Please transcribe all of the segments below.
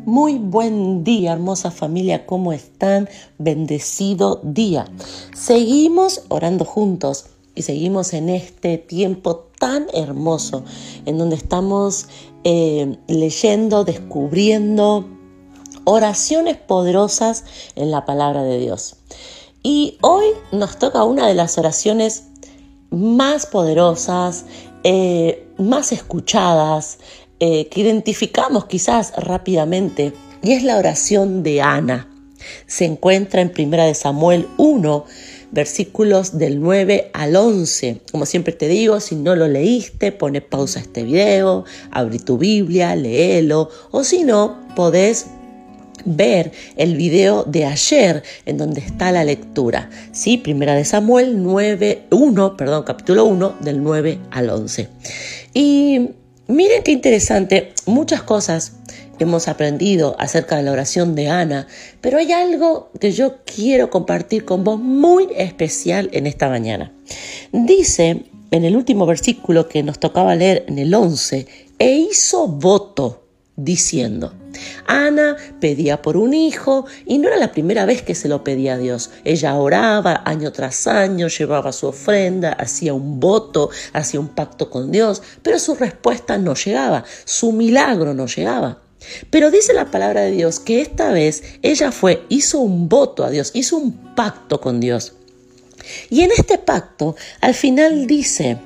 Muy buen día, hermosa familia, ¿cómo están? Bendecido día. Seguimos orando juntos y seguimos en este tiempo tan hermoso en donde estamos leyendo, descubriendo oraciones poderosas en la palabra de Dios. Y hoy nos toca una de las oraciones más poderosas, más escuchadas, que identificamos quizás rápidamente, y es la oración de Ana. Se encuentra en 1 Samuel 1, versículos del 9 al 11. Como siempre te digo, si no lo leíste, pone pausa a este video, abrí tu Biblia, léelo, o si no, podés ver el video de ayer en donde está la lectura, ¿sí? 1 Samuel capítulo 1 del 9 al 11. Y miren qué interesante, muchas cosas hemos aprendido acerca de la oración de Ana, pero hay algo que yo quiero compartir con vos muy especial en esta mañana. Dice en el último versículo que nos tocaba leer en el 11, e hizo voto diciendo. Ana pedía por un hijo y no era la primera vez que se lo pedía a Dios. Ella oraba año tras año, llevaba su ofrenda, hacía un voto, hacía un pacto con Dios, pero su respuesta no llegaba, su milagro no llegaba. Pero dice la palabra de Dios que esta vez ella hizo un voto a Dios, hizo un pacto con Dios. Y en este pacto al final dice,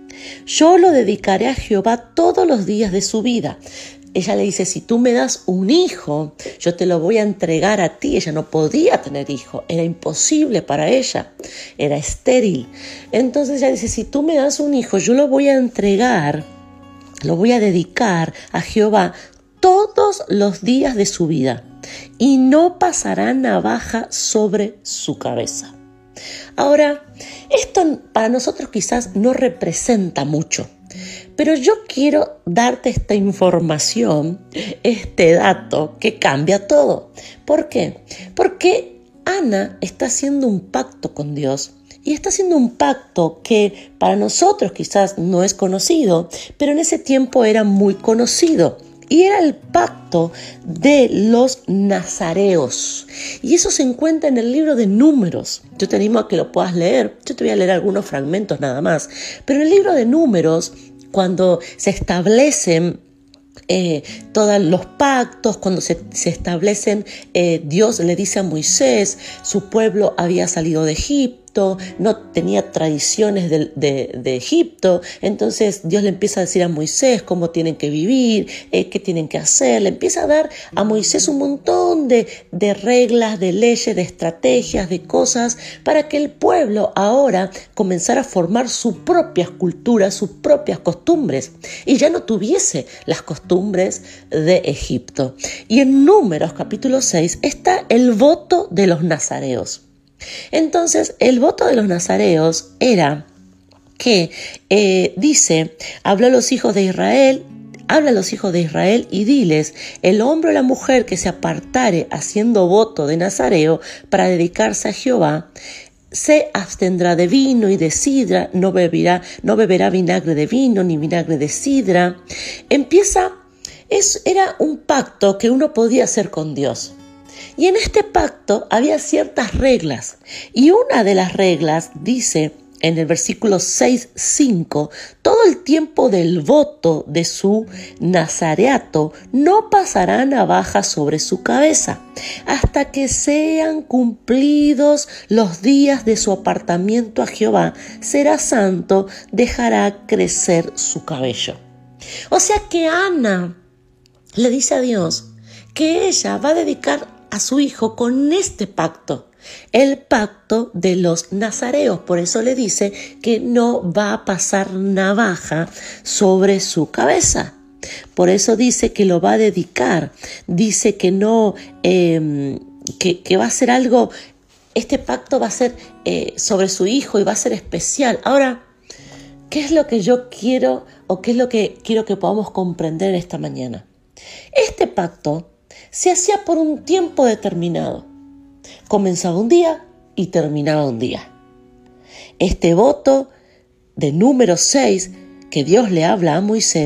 yo lo dedicaré a Jehová todos los días de su vida. Ella le dice, si tú me das un hijo, yo te lo voy a entregar a ti. Ella no podía tener hijo, era imposible para ella, era estéril. Entonces ella dice, si tú me das un hijo, yo lo voy a entregar, lo voy a dedicar a Jehová todos los días de su vida y no pasará navaja sobre su cabeza. Ahora, esto para nosotros quizás no representa mucho. Pero yo quiero darte esta información, este dato que cambia todo. ¿Por qué? Porque Ana está haciendo un pacto con Dios y está haciendo un pacto que para nosotros quizás no es conocido, pero en ese tiempo era muy conocido. Y era el pacto de los nazareos. Y eso se encuentra en el libro de Números. Yo te animo a que lo puedas leer. Yo te voy a leer algunos fragmentos nada más. Pero en el libro de Números, cuando se establecen todos los pactos, cuando se establecen, Dios le dice a Moisés, su pueblo había salido de Egipto, no tenía tradiciones de Egipto, entonces Dios le empieza a decir a Moisés cómo tienen que vivir, qué tienen que hacer, le empieza a dar a Moisés un montón de reglas, de leyes, de estrategias, de cosas, para que el pueblo ahora comenzara a formar sus propias culturas, sus propias costumbres, y ya no tuviese las costumbres de Egipto. Y en Números capítulo 6 está el voto de los nazareos. Entonces, el voto de los nazareos era que dice, habla a los hijos de Israel y diles, el hombre o la mujer que se apartare haciendo voto de nazareo para dedicarse a Jehová, se abstendrá de vino y de sidra, no beberá vinagre de vino ni vinagre de sidra. Era un pacto que uno podía hacer con Dios. Y en este pacto había ciertas reglas. Y una de las reglas dice en el versículo 6:5, todo el tiempo del voto de su nazareato no pasará navaja sobre su cabeza, hasta que sean cumplidos los días de su apartamiento a Jehová, será santo, dejará crecer su cabello. O sea que Ana le dice a Dios que ella va a dedicar a su hijo con este pacto, el pacto de los nazareos. Por eso le dice que no va a pasar navaja sobre su cabeza. Por eso dice que lo va a dedicar. Dice que no, que va a ser algo, este pacto va a ser sobre su hijo y va a ser especial. Ahora, ¿qué es lo que yo quiero o qué es lo que quiero que podamos comprender esta mañana? Este pacto se hacía por un tiempo determinado. Comenzaba un día y terminaba un día. Este voto de Número 6 que Dios le habla a Moisés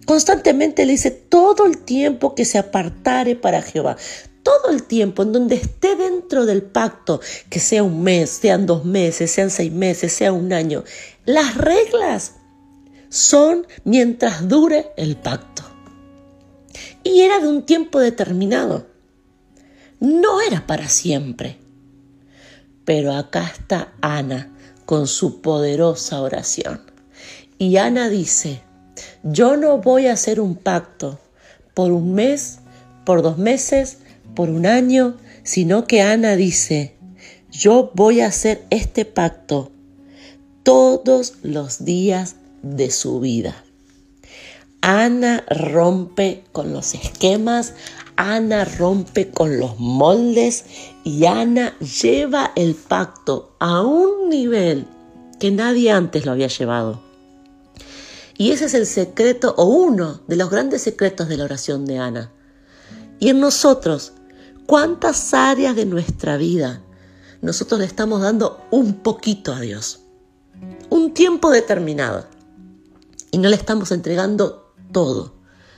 Constantemente le dice todo el tiempo que se apartare para Jehová. Todo el tiempo en donde esté dentro del pacto, que sea un mes, sean 2 meses, sean 6 meses, sea un año. Las reglas son mientras dure el pacto. Y era de un tiempo determinado. No era para siempre. Pero acá está Ana con su poderosa oración. Y Ana dice, yo no voy a hacer un pacto por un mes, por 2 meses, por un año, sino que Ana dice, yo voy a hacer este pacto todos los días de su vida. Ana rompe con los esquemas, Ana rompe con los moldes y Ana lleva el pacto a un nivel que nadie antes lo había llevado. Y ese es el secreto, o uno de los grandes secretos de la oración de Ana. Y en nosotros, ¿cuántas áreas de nuestra vida nosotros le estamos dando un poquito a Dios? Un tiempo determinado. Y no le estamos entregando todo.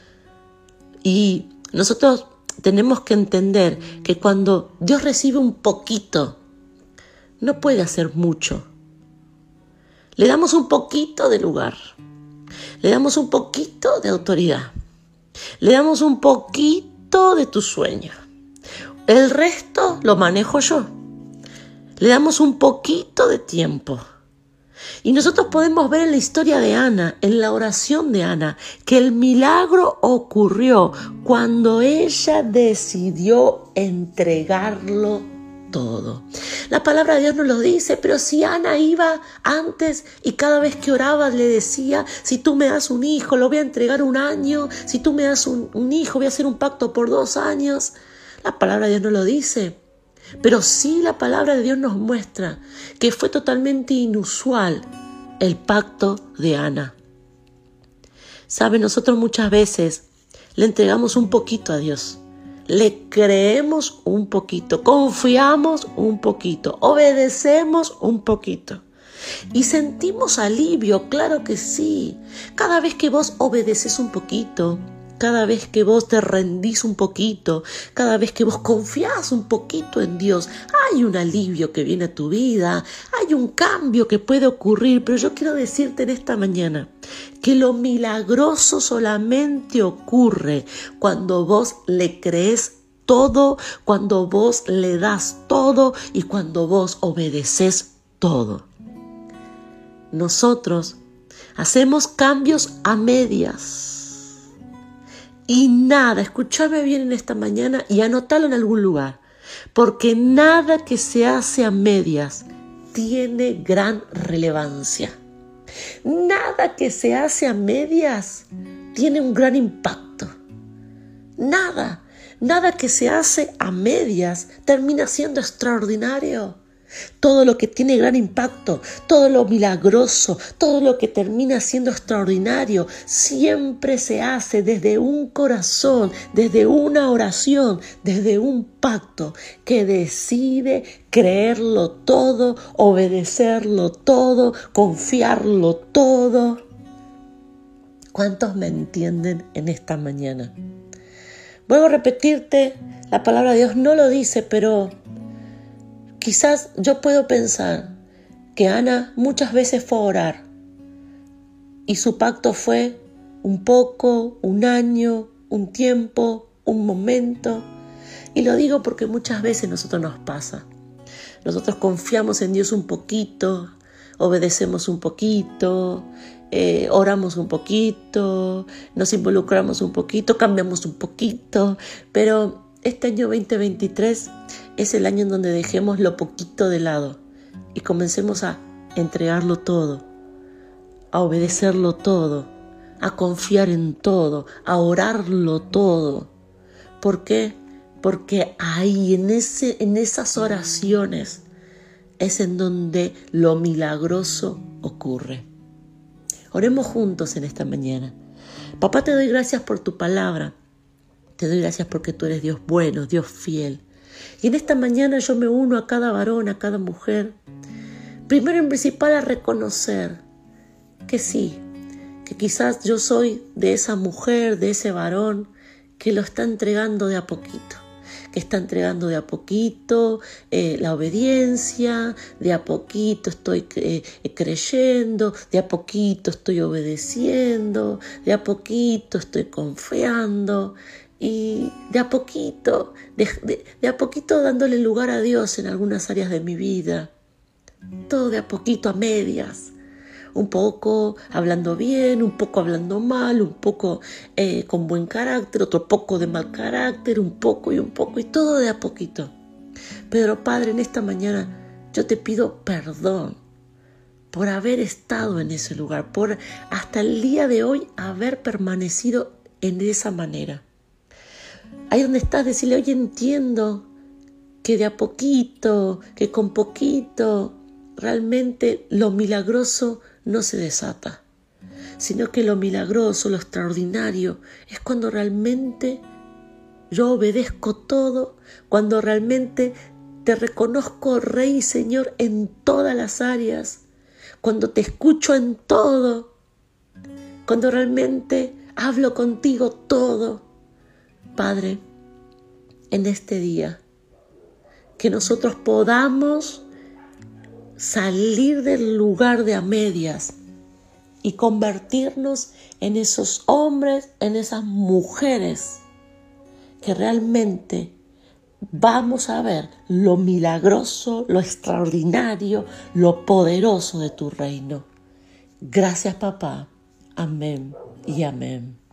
Y nosotros tenemos que entender que cuando Dios recibe un poquito, no puede hacer mucho. Le damos un poquito de lugar. Le damos un poquito de autoridad. Le damos un poquito de tu sueño. El resto lo manejo yo. Le damos un poquito de tiempo. Y nosotros podemos ver en la historia de Ana, en la oración de Ana, que el milagro ocurrió cuando ella decidió entregarlo todo. La palabra de Dios nos lo dice, pero si Ana iba antes y cada vez que oraba le decía, si tú me das un hijo, lo voy a entregar 1 año, si tú me das un hijo, voy a hacer un pacto por 2 años. La palabra de Dios no lo dice. Pero sí la palabra de Dios nos muestra que fue totalmente inusual el pacto de Ana. ¿Sabe? Nosotros muchas veces le entregamos un poquito a Dios. Le creemos un poquito, confiamos un poquito, obedecemos un poquito. Y sentimos alivio, claro que sí. Cada vez que vos obedeces un poquito, cada vez que vos te rendís un poquito, cada vez que vos confiás un poquito en Dios, hay un alivio que viene a tu vida, hay un cambio que puede ocurrir. Pero yo quiero decirte en esta mañana que lo milagroso solamente ocurre cuando vos le crees todo, cuando vos le das todo y cuando vos obedeces todo. Nosotros hacemos cambios a medias. Y nada, escúchame bien en esta mañana y anótalo en algún lugar, porque nada que se hace a medias tiene gran relevancia. Nada que se hace a medias tiene un gran impacto. Nada que se hace a medias termina siendo extraordinario. Todo lo que tiene gran impacto, todo lo milagroso, todo lo que termina siendo extraordinario, siempre se hace desde un corazón, desde una oración, desde un pacto que decide creerlo todo, obedecerlo todo, confiarlo todo. ¿Cuántos me entienden en esta mañana? Vuelvo a repetirte, la palabra de Dios no lo dice, pero quizás yo puedo pensar que Ana muchas veces fue a orar y su pacto fue un poco, un año, un tiempo, un momento. Y lo digo porque muchas veces a nosotros nos pasa. Nosotros confiamos en Dios un poquito, obedecemos un poquito, oramos un poquito, nos involucramos un poquito, cambiamos un poquito, pero este año 2023 es el año en donde dejemos lo poquito de lado y comencemos a entregarlo todo, a obedecerlo todo, a confiar en todo, a orarlo todo. ¿Por qué? Porque ahí, en esas oraciones, es en donde lo milagroso ocurre. Oremos juntos en esta mañana. Papá, te doy gracias por tu palabra. Te doy gracias porque tú eres Dios bueno, Dios fiel. Y en esta mañana yo me uno a cada varón, a cada mujer. Primero en principal a reconocer que sí, que quizás yo soy de esa mujer, de ese varón que lo está entregando de a poquito, que está entregando de a poquito la obediencia, de a poquito estoy creyendo, de a poquito estoy obedeciendo, de a poquito estoy confiando y de a poquito, de a poquito dándole lugar a Dios en algunas áreas de mi vida. Todo de a poquito, a medias. Un poco hablando bien, un poco hablando mal, un poco con buen carácter, otro poco de mal carácter, un poco, y todo de a poquito. Pero Padre, en esta mañana yo te pido perdón por haber estado en ese lugar, por hasta el día de hoy haber permanecido en esa manera. Ahí donde estás, decirle, oye, entiendo que de a poquito, que con poquito, realmente lo milagroso no se desata, sino que lo milagroso, lo extraordinario, es cuando realmente yo obedezco todo, cuando realmente te reconozco Rey y Señor en todas las áreas, cuando te escucho en todo, cuando realmente hablo contigo todo. Padre, en este día, que nosotros podamos salir del lugar de a medias y convertirnos en esos hombres, en esas mujeres que realmente vamos a ver lo milagroso, lo extraordinario, lo poderoso de tu reino. Gracias, papá. Amén y amén.